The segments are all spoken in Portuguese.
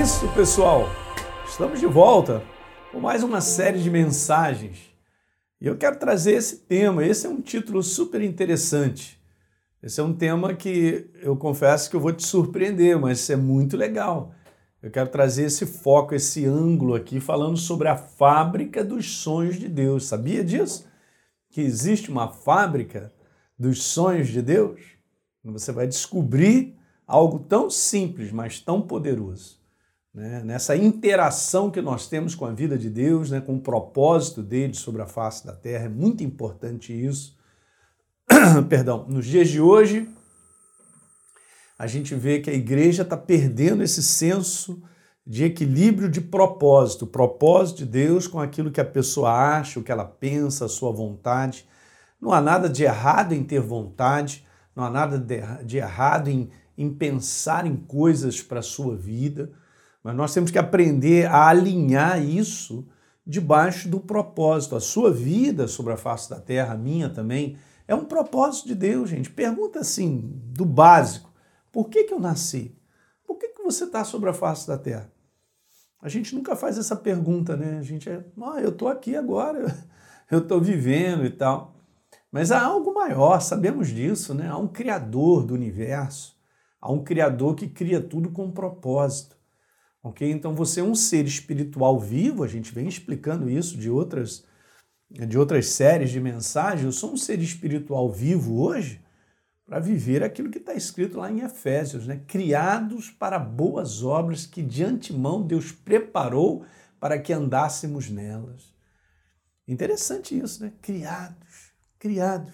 isso, pessoal! Estamos de volta com mais uma série de mensagens. E eu quero trazer esse tema. Esse é um título super interessante. Esse é um tema que eu confesso que eu vou te surpreender, mas é muito legal. Eu quero trazer esse foco, esse ângulo aqui, falando sobre a fábrica dos sonhos de Deus. Sabia disso? Que existe uma fábrica dos sonhos de Deus? Você vai descobrir algo tão simples, mas tão poderoso, né? Nessa interação que nós temos com a vida de Deus, né? Com o propósito dele sobre a face da terra. É muito importante isso. Perdão, nos dias de hoje, a gente vê que a igreja está perdendo esse senso de equilíbrio de propósito, o propósito de Deus com aquilo que a pessoa acha, o que ela pensa, a sua vontade. Não há nada de errado em ter vontade, não há nada de errado em pensar em coisas para a sua vida, mas nós temos que aprender a alinhar isso debaixo do propósito. A sua vida sobre a face da terra, a minha também, é um propósito de Deus, gente. Pergunta assim, do básico, por que eu nasci? Por que você está sobre a face da terra? A gente nunca faz essa pergunta, né? A gente eu estou aqui agora, eu estou vivendo e tal. Mas há algo maior, sabemos disso, né? Há um Criador do universo, há um Criador que cria tudo com um propósito, ok? Então você é um ser espiritual vivo, a gente vem explicando isso de outras séries de mensagens. Eu sou um ser espiritual vivo hoje para viver aquilo que está escrito lá em Efésios, né? Criados para boas obras que de antemão Deus preparou para que andássemos nelas. Interessante isso, né? Criados.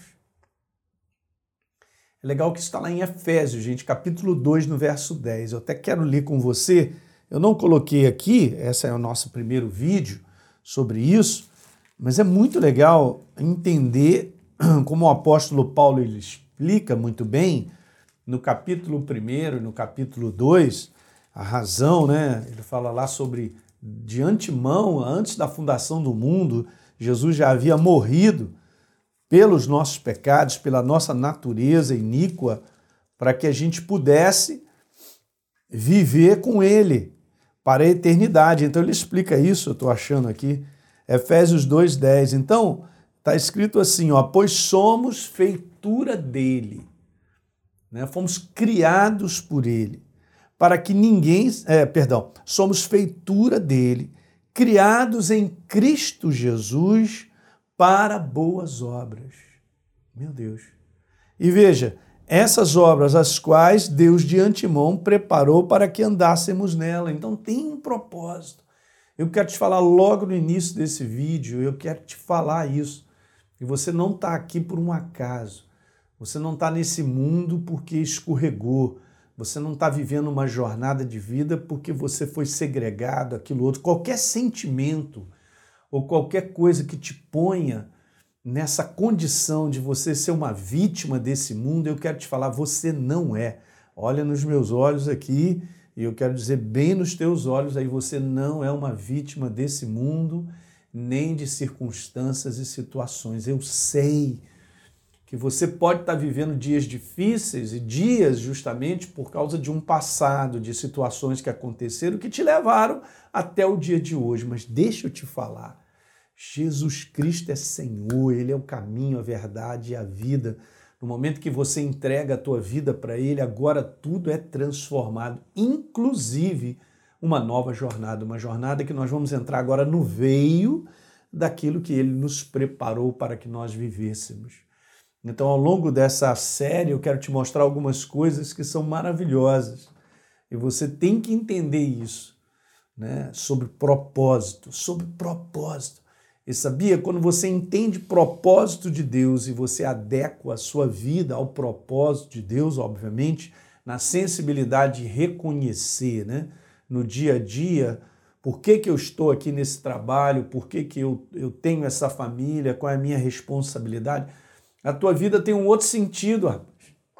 É legal que isso está lá em Efésios, gente, capítulo 2, no verso 10. Eu até quero ler com você. Eu não coloquei aqui, esse é o nosso primeiro vídeo sobre isso, mas é muito legal entender como o apóstolo Paulo ele explica muito bem no capítulo 1 e no capítulo 2, a razão, né? Ele fala lá sobre, de antemão, antes da fundação do mundo, Jesus já havia morrido pelos nossos pecados, pela nossa natureza iníqua, para que a gente pudesse viver com Ele para a eternidade. Então ele explica isso, eu estou achando aqui, Efésios 2:10. Então, está escrito assim, pois somos feitura dele, né? Fomos criados por ele, para que somos feitura dele, criados em Cristo Jesus para boas obras. Meu Deus. E veja, essas obras as quais Deus de antemão preparou para que andássemos nela. Então tem um propósito. Eu quero te falar logo no início desse vídeo, eu quero te falar isso. E você não está aqui por um acaso. Você não está nesse mundo porque escorregou. Você não está vivendo uma jornada de vida porque você foi segregado, aquilo outro. Qualquer sentimento ou qualquer coisa que te ponha nessa condição de você ser uma vítima desse mundo, eu quero te falar, você não é. Olha nos meus olhos aqui, e eu quero dizer bem nos teus olhos aí, você não é uma vítima desse mundo, nem de circunstâncias e situações. Eu sei que você pode estar vivendo dias difíceis e dias justamente por causa de um passado, de situações que aconteceram que te levaram até o dia de hoje. Mas deixa eu te falar, Jesus Cristo é Senhor, Ele é o caminho, a verdade e a vida. No momento que você entrega a tua vida para Ele, agora tudo é transformado, inclusive uma nova jornada, uma jornada que nós vamos entrar agora no veio daquilo que Ele nos preparou para que nós vivêssemos. Então, ao longo dessa série, eu quero te mostrar algumas coisas que são maravilhosas. E você tem que entender isso, né? Sobre propósito. E sabia, quando você entende o propósito de Deus e você adequa a sua vida ao propósito de Deus, obviamente, na sensibilidade de reconhecer, né? No dia a dia, por que eu estou aqui nesse trabalho, por que eu tenho essa família, qual é a minha responsabilidade, a tua vida tem um outro sentido, rapaz.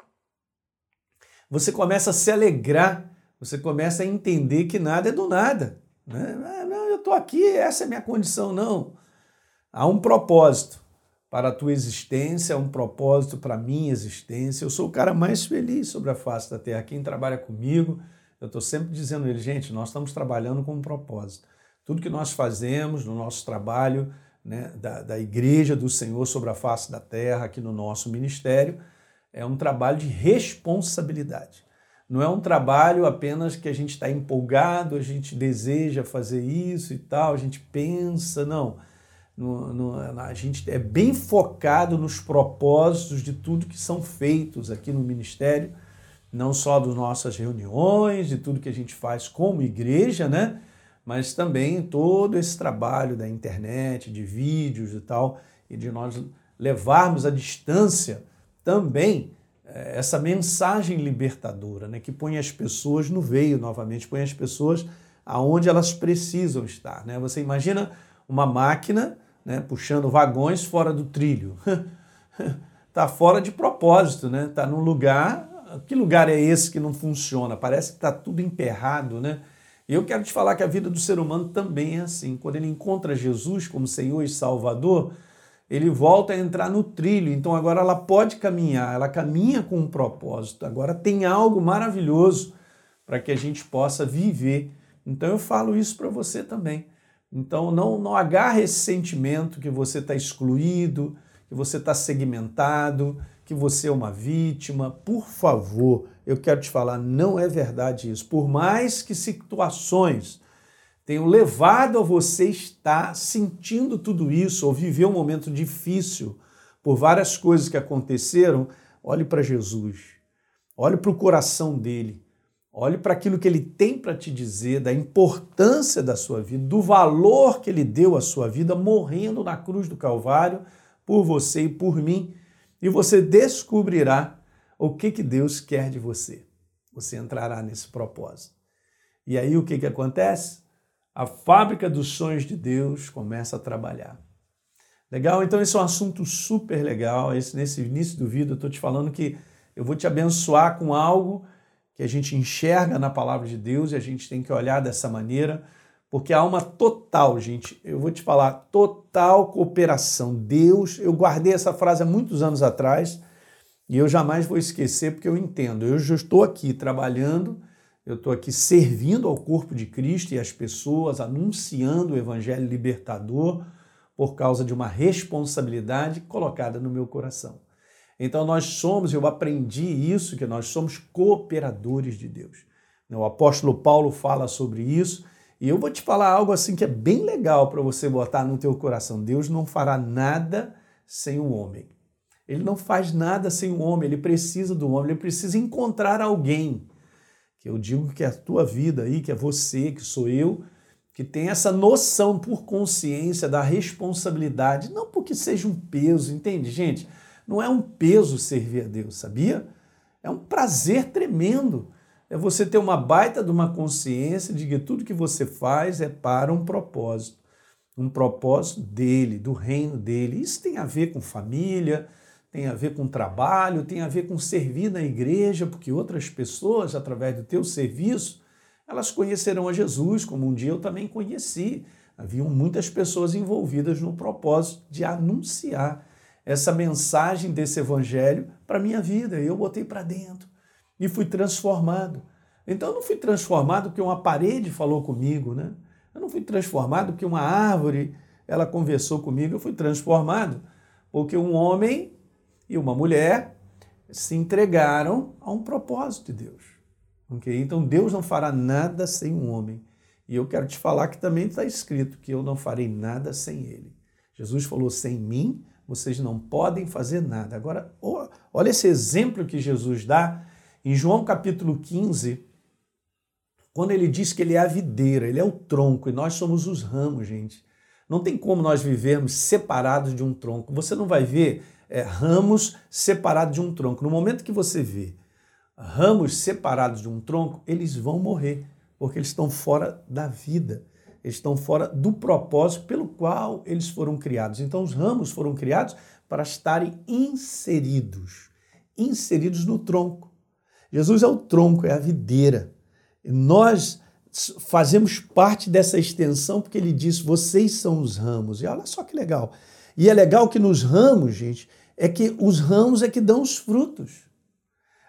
Você começa a se alegrar, você começa a entender que nada é do nada, né? Não, eu estou aqui, essa é a minha condição, não. Há um propósito para a tua existência, há um propósito para a minha existência. Eu sou o cara mais feliz sobre a face da terra. Quem trabalha comigo eu estou sempre dizendo a ele, gente, nós estamos trabalhando com um propósito. Tudo que nós fazemos no nosso trabalho, né, da Igreja do Senhor sobre a face da terra, aqui no nosso ministério, é um trabalho de responsabilidade. Não é um trabalho apenas que a gente está empolgado, a gente deseja fazer isso e tal, a gente pensa, não. A gente é bem focado nos propósitos de tudo que são feitos aqui no ministério, não só das nossas reuniões, de tudo que a gente faz como igreja, né? Mas também todo esse trabalho da internet, de vídeos e tal, e de nós levarmos à distância também essa mensagem libertadora, né? Que põe as pessoas no veio novamente, põe as pessoas aonde elas precisam estar, né? Você imagina uma máquina, né, puxando vagões fora do trilho. Está fora de propósito, né? Está num lugar... Que lugar é esse que não funciona? Parece que está tudo emperrado, né? E eu quero te falar que a vida do ser humano também é assim. Quando ele encontra Jesus como Senhor e Salvador, ele volta a entrar no trilho. Então agora ela pode caminhar, ela caminha com um propósito. Agora tem algo maravilhoso para que a gente possa viver. Então eu falo isso para você também. Então não agarre esse sentimento que você está excluído, que você está segmentado, que você é uma vítima. Por favor, eu quero te falar, não é verdade isso. Por mais que situações tenham levado a você estar sentindo tudo isso ou viver um momento difícil por várias coisas que aconteceram, olhe para Jesus, olhe para o coração dele, olhe para aquilo que ele tem para te dizer, da importância da sua vida, do valor que ele deu à sua vida, morrendo na cruz do Calvário por você e por mim, e você descobrirá o que Deus quer de você. Você entrará nesse propósito. E aí o que acontece? A fábrica dos sonhos de Deus começa a trabalhar. Legal? Então esse é um assunto super legal. Nesse início do vídeo eu estou te falando que eu vou te abençoar com algo que a gente enxerga na palavra de Deus e a gente tem que olhar dessa maneira, porque há uma total, gente, eu vou te falar, total cooperação. Deus, eu guardei essa frase há muitos anos atrás e eu jamais vou esquecer, porque eu entendo. Eu já estou aqui trabalhando, eu estou aqui servindo ao corpo de Cristo e às pessoas, anunciando o evangelho libertador por causa de uma responsabilidade colocada no meu coração. Então eu aprendi isso, que nós somos cooperadores de Deus. O apóstolo Paulo fala sobre isso, e eu vou te falar algo assim que é bem legal para você botar no teu coração. Deus não fará nada sem o homem. Ele não faz nada sem o homem, ele precisa do homem, ele precisa encontrar alguém. Que eu digo que é a tua vida aí, que é você, que sou eu, que tem essa noção por consciência da responsabilidade, não porque seja um peso, entende, gente? Não é um peso servir a Deus, sabia? É um prazer tremendo. É você ter uma baita de uma consciência de que tudo que você faz é para um propósito dele, do reino dele. Isso tem a ver com família, tem a ver com trabalho, tem a ver com servir na igreja, porque outras pessoas, através do teu serviço, elas conhecerão a Jesus, como um dia eu também conheci. Haviam muitas pessoas envolvidas no propósito de anunciar essa mensagem desse evangelho para a minha vida. Eu botei para dentro e fui transformado. Então eu não fui transformado porque uma parede falou comigo, né? Eu não fui transformado porque uma árvore ela conversou comigo. Eu fui transformado porque um homem e uma mulher se entregaram a um propósito de Deus. Okay? Então Deus não fará nada sem um homem. E eu quero te falar que também está escrito que eu não farei nada sem ele. Jesus falou, sem mim vocês não podem fazer nada. Agora, olha esse exemplo que Jesus dá em João capítulo 15, quando ele diz que ele é a videira, ele é o tronco e nós somos os ramos, gente. Não tem como nós vivermos separados de um tronco. Você não vai ver ramos separados de um tronco. No momento que você vê ramos separados de um tronco, eles vão morrer, porque eles estão fora da vida. Eles estão fora do propósito pelo qual eles foram criados. Então, os ramos foram criados para estarem inseridos no tronco. Jesus é o tronco, é a videira. E nós fazemos parte dessa extensão porque ele diz, vocês são os ramos. E olha só que legal. E é legal que nos ramos, gente, é que os ramos é que dão os frutos.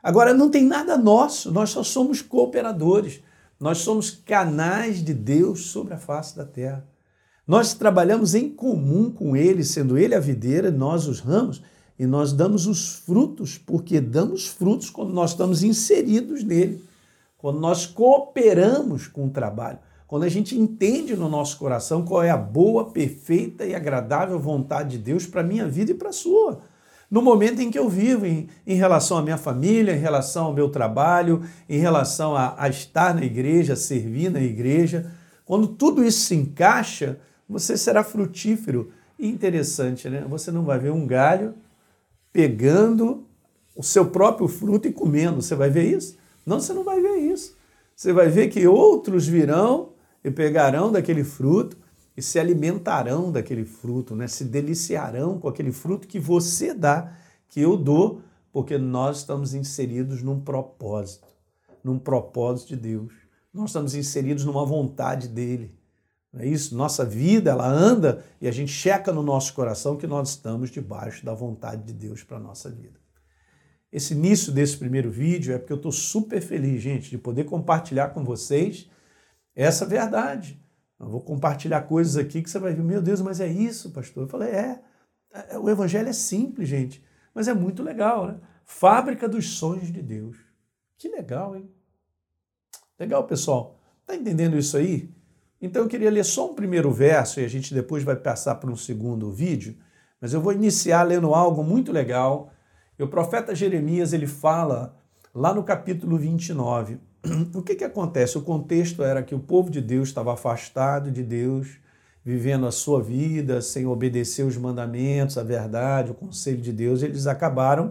Agora, não tem nada nosso, nós só somos cooperadores, nós somos canais de Deus sobre a face da terra. Nós trabalhamos em comum com Ele, sendo Ele a videira, nós os ramos, e nós damos os frutos, porque damos frutos quando nós estamos inseridos nele, quando nós cooperamos com o trabalho, quando a gente entende no nosso coração qual é a boa, perfeita e agradável vontade de Deus para a minha vida e para a sua. No momento em que eu vivo, em relação à minha família, em relação ao meu trabalho, em relação a estar na igreja, a servir na igreja, quando tudo isso se encaixa, você será frutífero. E interessante, né? Você não vai ver um galho pegando o seu próprio fruto e comendo. Você vai ver isso? Não, você não vai ver isso. Você vai ver que outros virão e pegarão daquele fruto e se alimentarão daquele fruto, né? Se deliciarão com aquele fruto que você dá, que eu dou, porque nós estamos inseridos num propósito de Deus. Nós estamos inseridos numa vontade dele. Não é isso? Nossa vida, ela anda e a gente checa no nosso coração que nós estamos debaixo da vontade de Deus para a nossa vida. Esse início desse primeiro vídeo é porque eu estou super feliz, gente, de poder compartilhar com vocês essa verdade. Eu vou compartilhar coisas aqui que você vai ver, meu Deus, mas é isso, pastor? Eu falei, o evangelho é simples, gente, mas é muito legal, né? Fábrica dos sonhos de Deus. Que legal, hein? Legal, pessoal. Tá entendendo isso aí? Então eu queria ler só um primeiro verso e a gente depois vai passar para um segundo vídeo, mas eu vou iniciar lendo algo muito legal. E o profeta Jeremias, ele fala lá no capítulo 29, o que acontece? O contexto era que o povo de Deus estava afastado de Deus, vivendo a sua vida, sem obedecer os mandamentos, a verdade, o conselho de Deus. Eles acabaram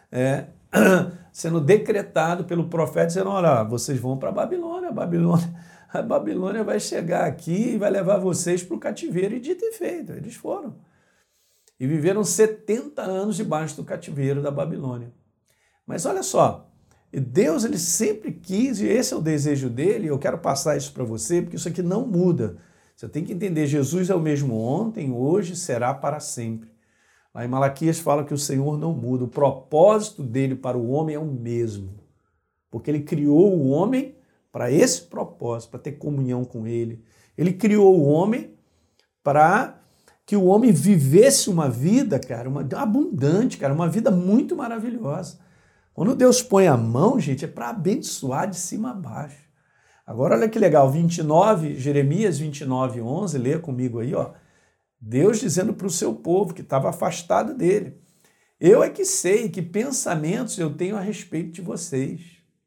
sendo decretado pelo profeta, dizendo, olha, vocês vão para a Babilônia, a Babilônia vai chegar aqui e vai levar vocês para o cativeiro. E dito e feito, eles foram. E viveram 70 anos debaixo do cativeiro da Babilônia. Mas olha só, Deus ele sempre quis, e esse é o desejo dele, eu quero passar isso para você, porque isso aqui não muda. Você tem que entender, Jesus é o mesmo ontem, hoje, será para sempre. Lá em Malaquias fala que o Senhor não muda, o propósito dele para o homem é o mesmo. Porque ele criou o homem para esse propósito, para ter comunhão com ele. Ele criou o homem para que o homem vivesse uma vida, cara, abundante, cara, uma vida muito maravilhosa. Quando Deus põe a mão, gente, é para abençoar de cima a baixo. Agora, olha que legal, Jeremias 29, 11, lê comigo aí, ó. Deus dizendo para o seu povo que estava afastado dele. Eu é que sei que pensamentos eu tenho a respeito de vocês.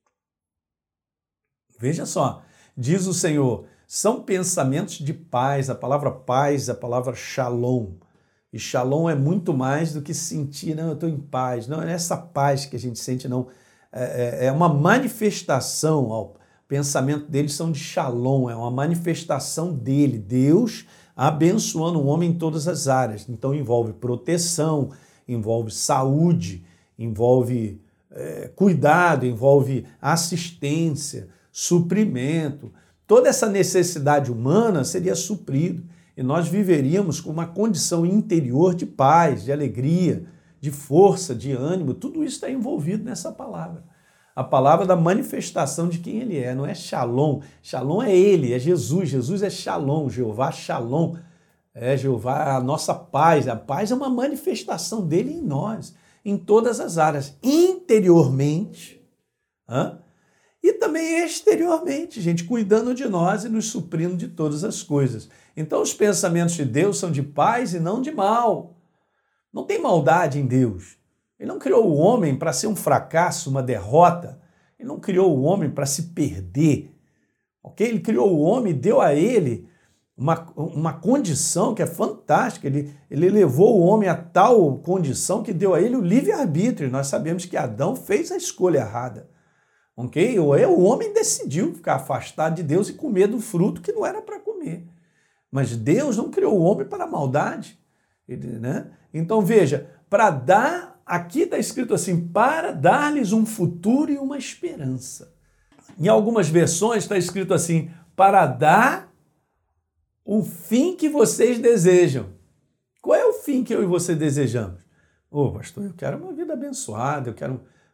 Veja só, diz o Senhor, são pensamentos de paz, a palavra paz, a palavra shalom. E shalom é muito mais do que sentir, não, eu estou em paz. Não é essa paz que a gente sente, não. É uma manifestação, ó, o pensamento deles são de shalom, é uma manifestação dele, Deus abençoando o homem em todas as áreas. Então envolve proteção, envolve saúde, envolve cuidado, envolve assistência, suprimento. Toda essa necessidade humana seria suprida e nós viveríamos com uma condição interior de paz, de alegria, de força, de ânimo. Tudo isso está envolvido nessa palavra. A palavra da manifestação de quem ele é, não é Shalom. Shalom é ele, é Jesus. Jesus é Shalom, Jeová Shalom. É Jeová, a nossa paz. A paz é uma manifestação dele em nós, em todas as áreas, interiormente, e também exteriormente, gente, cuidando de nós e nos suprindo de todas as coisas. Então os pensamentos de Deus são de paz e não de mal. Não tem maldade em Deus. Ele não criou o homem para ser um fracasso, uma derrota. Ele não criou o homem para se perder. Okay? Ele criou o homem e deu a ele uma condição que é fantástica. Ele levou o homem a tal condição que deu a ele o livre-arbítrio. Nós sabemos que Adão fez a escolha errada. Okay? O homem decidiu ficar afastado de Deus e comer do fruto que não era para comer. Mas Deus não criou o homem para a maldade. Né? Então veja, para dar... Aqui está escrito assim, para dar-lhes um futuro e uma esperança. Em algumas versões está escrito assim, para dar o fim que vocês desejam. Qual é o fim que eu e você desejamos? Pastor, eu quero uma vida abençoada, eu quero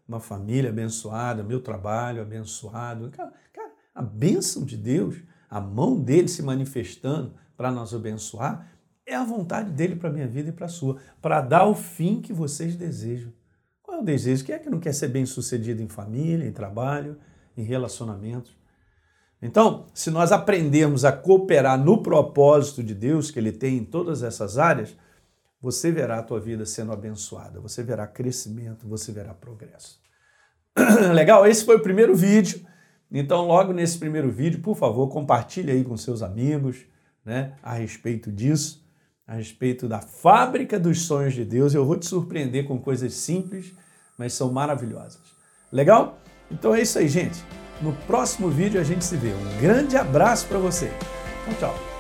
uma família abençoada, meu trabalho abençoado. Cara, a bênção de Deus, a mão dele se manifestando para nos abençoar, é a vontade dele para a minha vida e para a sua, para dar o fim que vocês desejam. Qual é o desejo? Quem é que não quer ser bem-sucedido em família, em trabalho, em relacionamentos? Então, se nós aprendermos a cooperar no propósito de Deus que Ele tem em todas essas áreas, você verá a tua vida sendo abençoada, você verá crescimento, você verá progresso. Legal? Esse foi o primeiro vídeo. Então, logo nesse primeiro vídeo, por favor, compartilhe aí com seus amigos, né, a respeito disso, a respeito da fábrica dos sonhos de Deus. Eu vou te surpreender com coisas simples, mas são maravilhosas. Legal? Então é isso aí, gente. No próximo vídeo a gente se vê. Um grande abraço para você. Tchau, tchau.